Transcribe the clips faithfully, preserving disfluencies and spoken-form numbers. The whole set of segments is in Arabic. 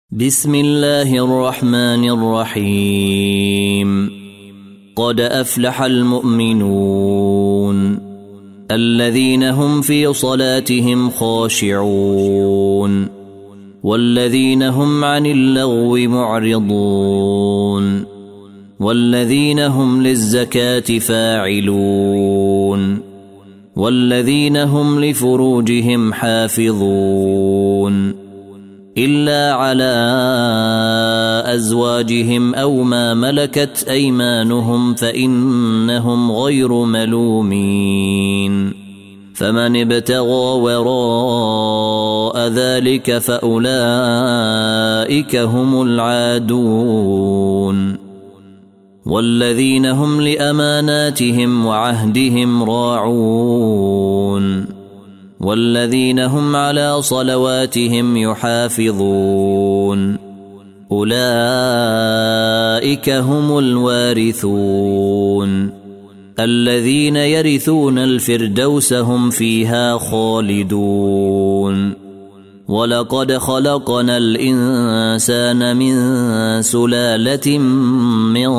بسم الله الرحمن الرحيم. قد أفلح المؤمنون الذين هم في صلاتهم خاشعون والذين هم عن اللغو معرضون والذين هم للزكاة فاعلون والذين هم لفروجهم حافظون إلا على أزواجهم أو ما ملكت أيمانهم فإنهم غير ملومين. فمن ابتغى وراء ذلك فأولئك هم العادون والذين هم لأماناتهم وعهدهم راعون والذين هم على صلواتهم يحافظون أولئك هم الوارثون الذين يرثون الفردوس هم فيها خالدون. ولقد خلقنا الإنسان من سلالة من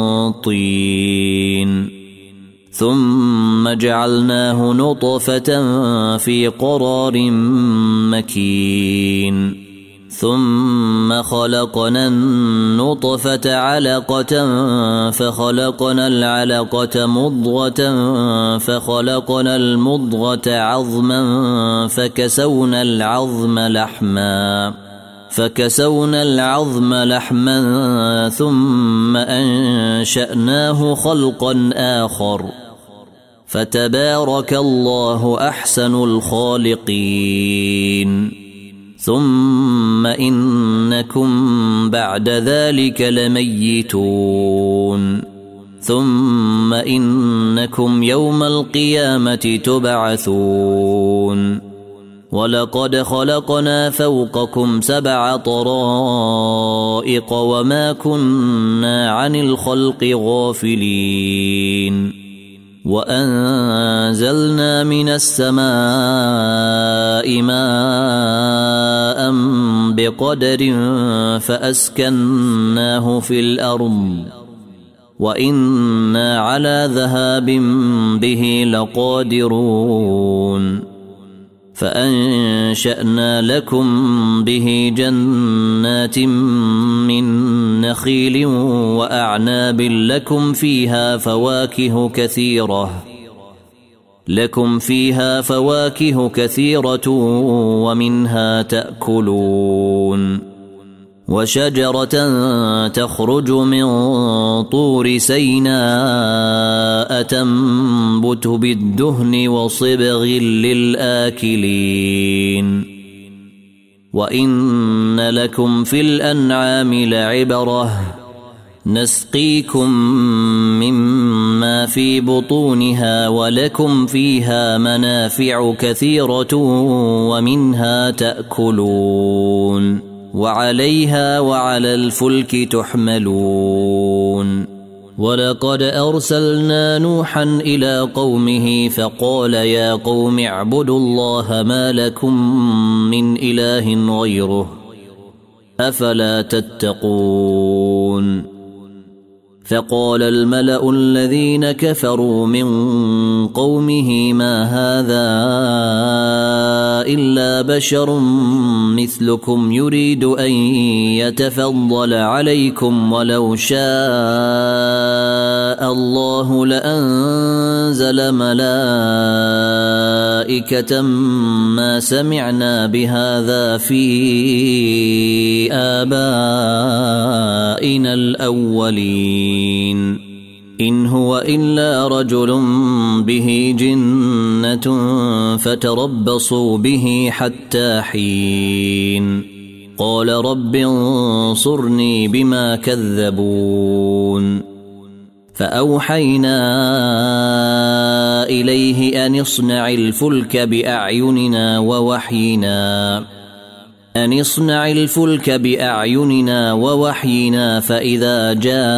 طين ثم جعلناه نطفة في قرار مكين ثم خلقنا النطفة علقة فخلقنا العلقة مضغة فخلقنا المضغة عظما فكسونا العظم لحما فكسونا العظم لحما ثم أنشأناه خلقا آخر فتبارك الله أحسن الخالقين. ثم إنكم بعد ذلك لميتون ثم إنكم يوم القيامة تبعثون. ولقد خلقنا فوقكم سبع طرائق وما كنا عن الخلق غافلين وأنزلنا من السماء ماء بقدر فأسكناه في الأرض وإنا على ذهاب به لقادرون. فأنشأنا لكم به جنات من نخيل وأعناب لكم فيها فواكه كثيرة لكم فيها فواكه كثيرة ومنها تأكلون. وشجرة تخرج من طور سيناء تنبت بالدهن وصبغ للآكلين. وإن لكم في الأنعام لعبرة نسقيكم مما في بطونها ولكم فيها منافع كثيرة ومنها تأكلون وعليها وعلى الفلك تحملون. ولقد أرسلنا نوحا إلى قومه فقال يا قوم اعبدوا الله ما لكم من إله غيره أفلا تتقون. فقال الملأ الذين كفروا من قومه ما هذا إلا بشر مثلكم يريد أن يتفضل عليكم ولو شاء الله لأنزل ملائكة ما سمعنا بهذا في آبائنا الأولين إن هو إلا رجل به جنة فتربصوا به حتى حين. قال رب انصرني بما كذبون. فأوحينا إليه أن اصنع الفلك بأعيننا ووحينا أن اصنع الفلك بأعيننا ووحينا فإذا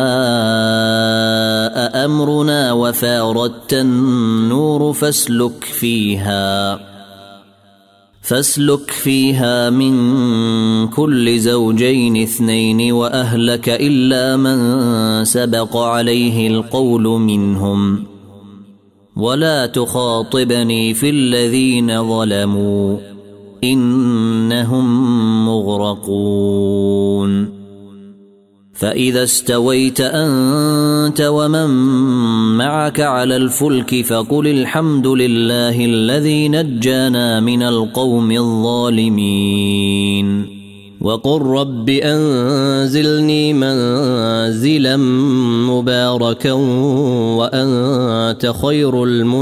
جاء أمرنا وفاردت النور فاسلك فيها فاسلك فيها من كل زوجين اثنين وأهلك إلا من سبق عليه القول منهم ولا تخاطبني في الذين ظلموا إنهم مغرقون فإذا استويت أنت ومن معك على الفلك فقل الحمد لله الذي نجانا من القوم الظالمين وقل رب أنزلني منزلا مباركا وأنت خير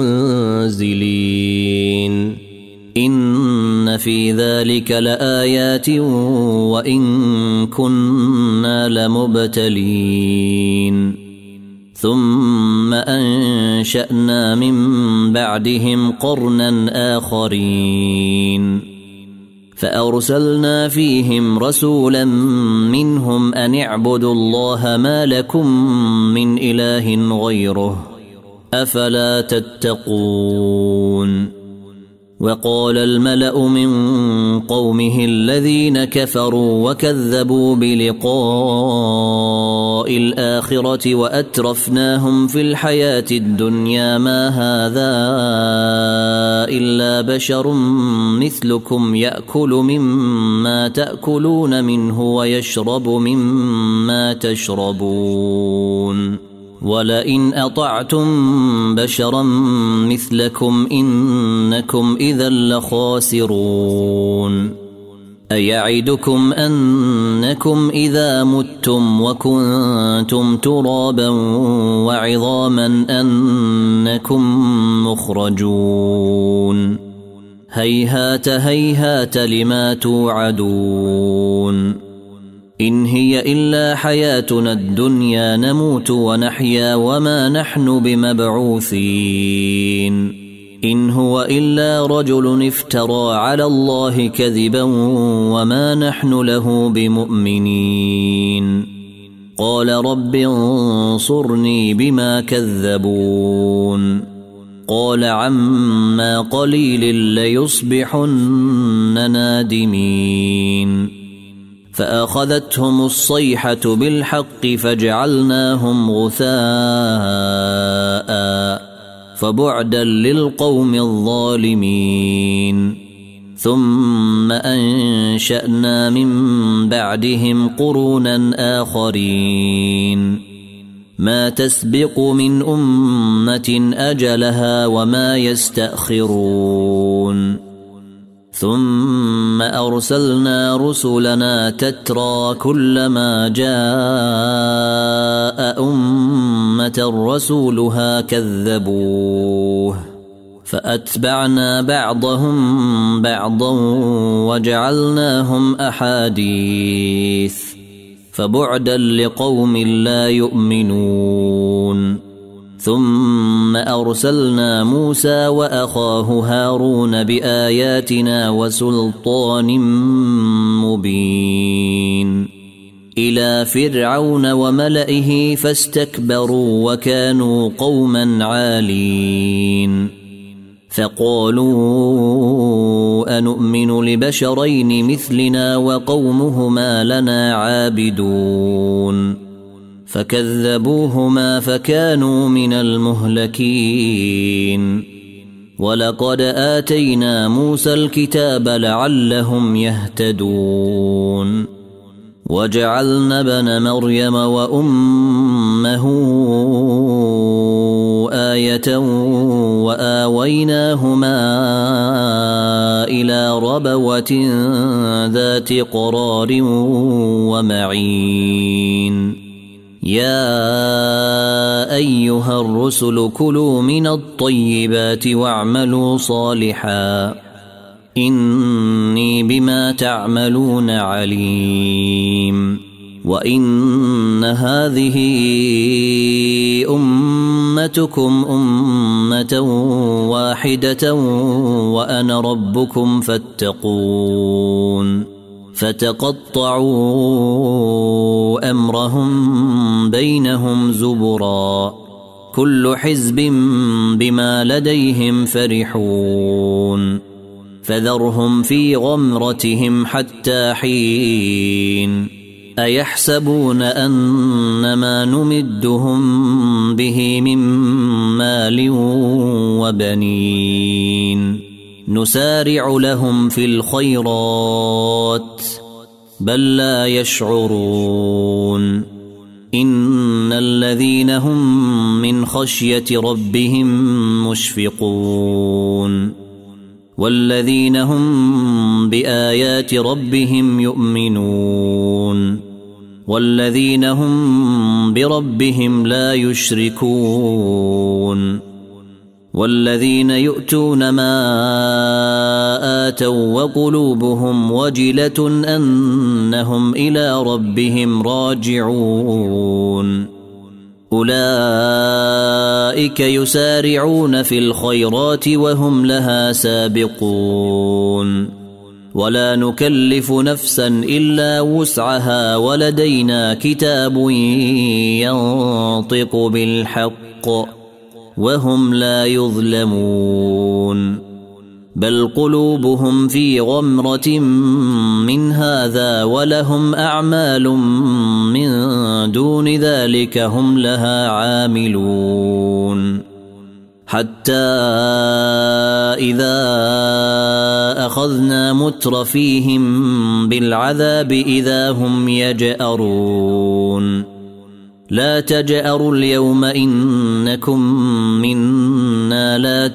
المنزلين إن في ذلك لآيات وإن كنا لمبتلين ثم أنشأنا من بعدهم قرنا آخرين فأرسلنا فيهم رسولا منهم أن اعبدوا الله ما لكم من إله غيره أفلا تتقون وقال الملأ من قومه الذين كفروا وكذبوا بلقاء الآخرة وأترفناهم في الحياة الدنيا ما هذا إلا بشر مثلكم يأكل مما تأكلون منه ويشرب مما تشربون ولئن أطعتم بشرا مثلكم إنكم إذا لخاسرون أيعدكم أنكم إذا متم وكنتم ترابا وعظاما أنكم مخرجون هيهات هيهات لما توعدون إن هي إلا حياتنا الدنيا نموت ونحيا وما نحن بمبعوثين إن هو إلا رجل افترى على الله كذبا وما نحن له بمؤمنين قال رب انصرني بما كذبون قال عما قليل ليصبحن نادمين فأخذتهم الصيحة بالحق فجعلناهم غثاء فبعدا للقوم الظالمين ثم أنشأنا من بعدهم قرونا آخرين ما تسبق من أمة أجلها وما يستأخرون ثم أرسلنا رسلنا تترى كلما جاء أمة رسولها كذبوه فأتبعنا بعضهم بعضا وجعلناهم أحاديث فبعدا لقوم لا يؤمنون ثم أرسلنا موسى وأخاه هارون بآياتنا وسلطان مبين إلى فرعون وملئه فاستكبروا وكانوا قوما عالين فقالوا أنؤمن لبشرين مثلنا وقومهما لنا عابدون فكذبوهما فكانوا من المهلكين ولقد آتينا موسى الكتاب لعلهم يهتدون وجعلنا ابن مريم وأمه آية وآويناهما إلى ربوة ذات قرار ومعين يا أيها الرسل كلوا من الطيبات واعملوا صالحا إني بما تعملون عليم وإن هذه أمتكم أمة واحدة وأنا ربكم فاتقون فتقطعوا أمرهم بينهم زبرا كل حزب بما لديهم فرحون فذرهم في غمرتهم حتى حين أيحسبون أنما نمدهم به من مال وبنين نسارع لهم في الخيرات بل لا يشعرون إن الذين هم من خشية ربهم مشفقون والذين هم بآيات ربهم يؤمنون والذين هم بربهم لا يشركون والذين يؤتون ما آتوا وقلوبهم وجلة أنهم إلى ربهم راجعون أولئك يسارعون في الخيرات وهم لها سابقون ولا نكلف نفسا إلا وسعها ولدينا كتاب ينطق بالحق وهم لا يظلمون بل قلوبهم في غمرة من هذا ولهم أعمال من دون ذلك هم لها عاملون حتى إذا أخذنا مترفيهم بالعذاب إذا هم يجأرون لا تجأروا اليوم إنكم منا لا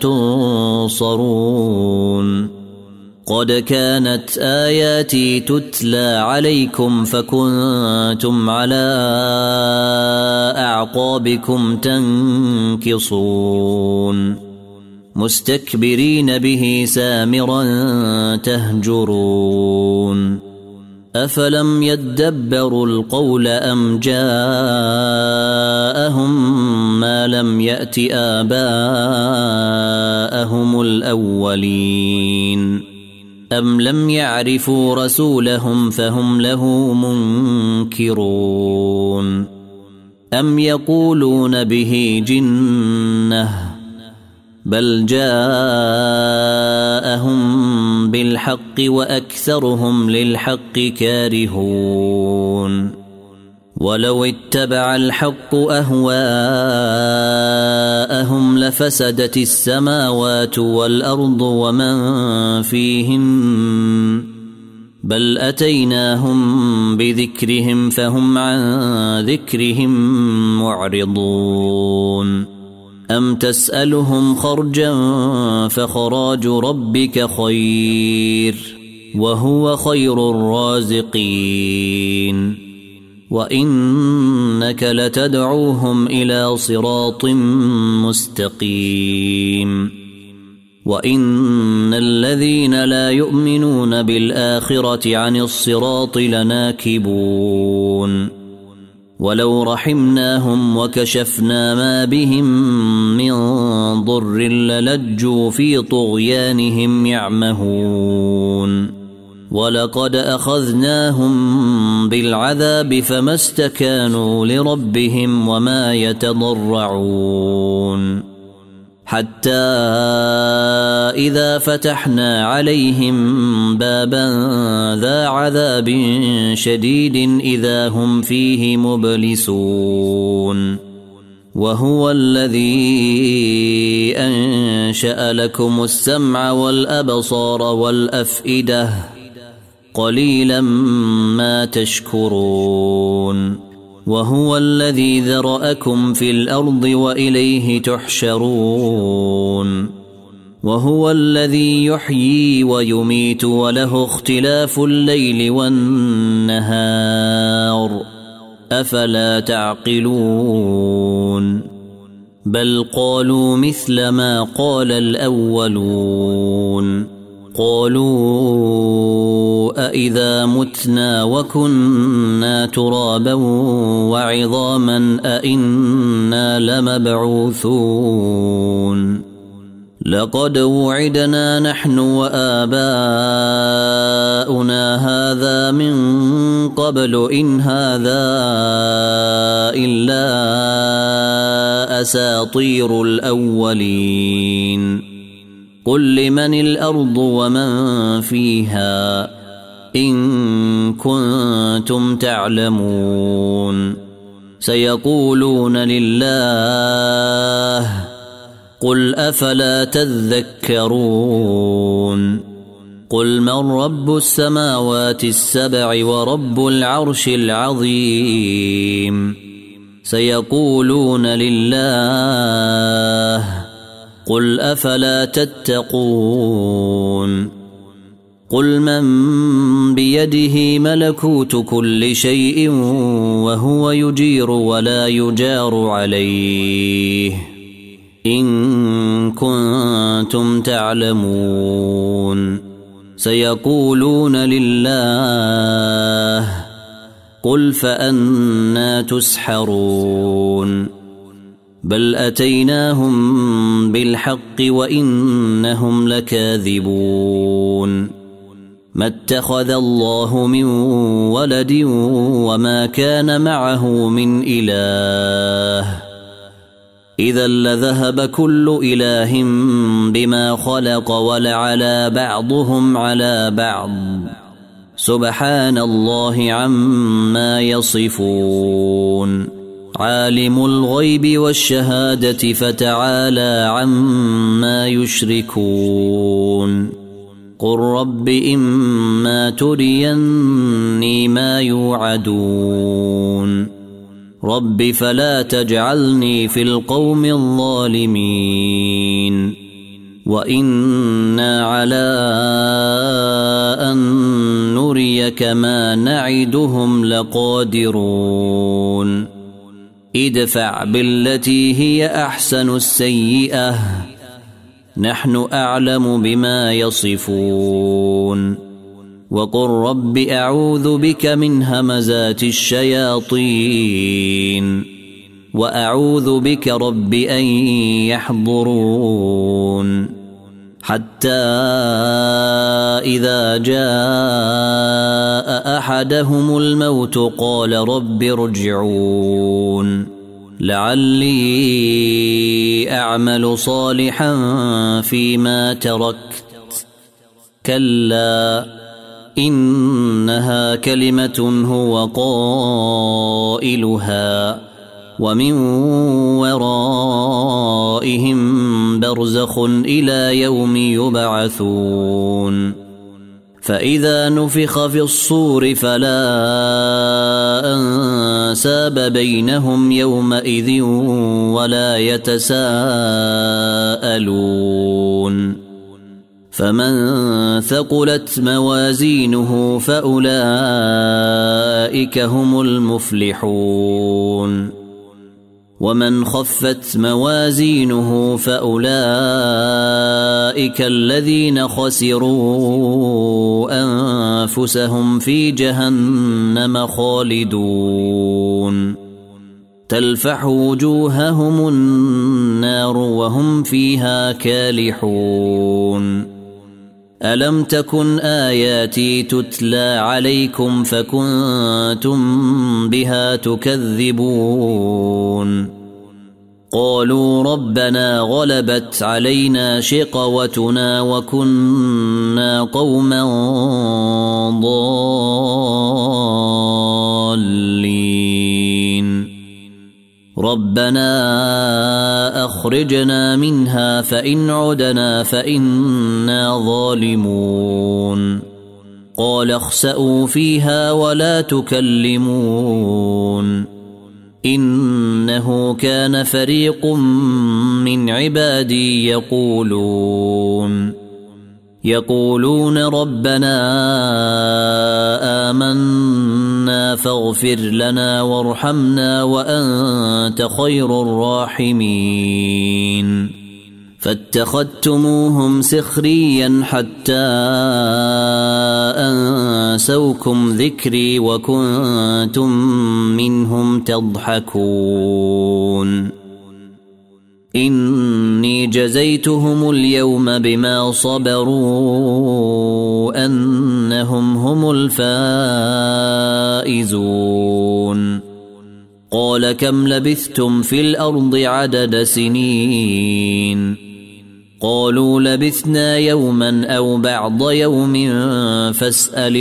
تنصرون قد كانت آياتي تتلى عليكم فكنتم على أعقابكم تنكصون مستكبرين به سامرا تهجرون أفلم يدبروا القول أم جاءهم ما لم يأت آباءهم الأولين أم لم يعرفوا رسولهم فهم له منكرون أم يقولون به جنة بل جاءهم بالحق وأكثرهم للحق كارهون ولو اتبع الحق أهواءهم لفسدت السماوات والأرض ومن فيهن بل أتيناهم بذكرهم فهم عن ذكرهم معرضون أم تسألهم خرجا فخراج ربك خير وهو خير الرازقين وإنك لتدعوهم إلى صراط مستقيم وإن الذين لا يؤمنون بالآخرة عن الصراط لناكبون ولو رحمناهم وكشفنا ما بهم من ضر للجوا في طغيانهم يعمهون ولقد أخذناهم بالعذاب فما استكانوا لربهم وما يتضرعون حتى إذا فتحنا عليهم بابا ذا عذاب شديد إذا هم فيه مبلسون وهو الذي أنشأ لكم السمع والأبصار والأفئدة قليلا ما تشكرون وهو الذي ذرأكم في الأرض وإليه تحشرون وهو الذي يحيي ويميت وله اختلاف الليل والنهار أفلا تعقلون بل قالوا مثل ما قال الأولون قالوا أإذا متنا وكنا ترابا وعظاما أإنا لمبعوثون لقد وعدنا نحن وآباؤنا هذا من قبل إن هذا إلا أساطير الأولين قل لمن الأرض ومن فيها إن كنتم تعلمون سيقولون لله قل أفلا تذكرون قل من رب السماوات السبع ورب العرش العظيم سيقولون لله قل أفلا تتقون قل من بيده ملكوت كل شيء وهو يجير ولا يجار عليه إن كنتم تعلمون سيقولون لله قل فأنى تسحرون بل أتيناهم بالحق وإنهم لكاذبون ما اتخذ الله من ولد وما كان معه من إله إذا لذهب كل إله بما خلق ولعلى بعضهم على بعض سبحان الله عما يصفون عالم الغيب والشهادة فتعالى عما يشركون قل رب إما تريني ما يوعدون رب فلا تجعلني في القوم الظالمين وإنا على أن نريك ما نعدهم لقادرون ادفع بالتي هي أحسن السيئة نحن أعلم بما يصفون وقل رب أعوذ بك من همزات الشياطين وأعوذ بك رب أن يحضرون حتى إذا جاء أحدهم الموت قال رب ارجعون لعلي أعمل صالحا فيما تركت كلا إنها كلمة هو قائلها ومن ورائهم برزخ إلى يوم يبعثون فإذا نفخ في الصور فلا أنساب بينهم يومئذ ولا يتساءلون فمن ثقلت موازينه فأولئك هم المفلحون ومن خفت موازينه فأولئك الذين خسروا أنفسهم في جهنم خالدون تلفح وجوههم النار وهم فيها كالحون ألم تكن آياتي تتلى عليكم فكنتم بها تكذبون قالوا ربنا غلبت علينا شقوتنا وكنا قوما ضالين ربنا أخرجنا منها فإن عدنا فإنا ظالمون قال اخسئوا فيها ولا تكلمون إنه كان فريق من عبادي يقولون يقولون ربنا آمنا فاغفر لنا وارحمنا وأنت خير الراحمين فاتخذتموهم سخريا حتى أنسوكم ذكري وكنتم منهم تضحكون إني جزيتهم اليوم بما صبروا أنهم هم الفائزون قال كم لبثتم في الأرض عدد سنين قالوا لبثنا يوما أو بعض يوم فاسأل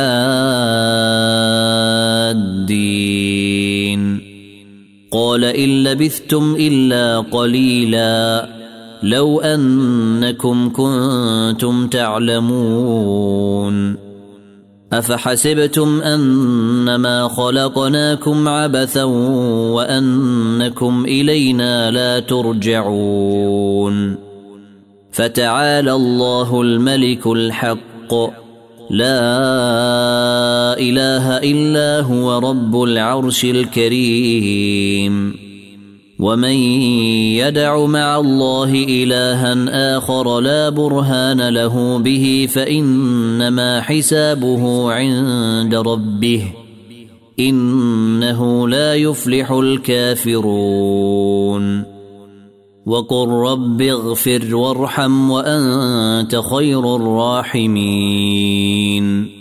العادين قال إن لبثتم إلا قليلا لو أنكم كنتم تعلمون أفحسبتم أنما خلقناكم عبثا وأنكم إلينا لا ترجعون فتعالى الله الملك الحق لا إله إلا هو رب العرش الكريم ومن يدع مع الله إلها آخر لا برهان له به فإنما حسابه عند ربه إنه لا يفلح الكافرون وقل رب اغفر وارحم وأنت خير الراحمين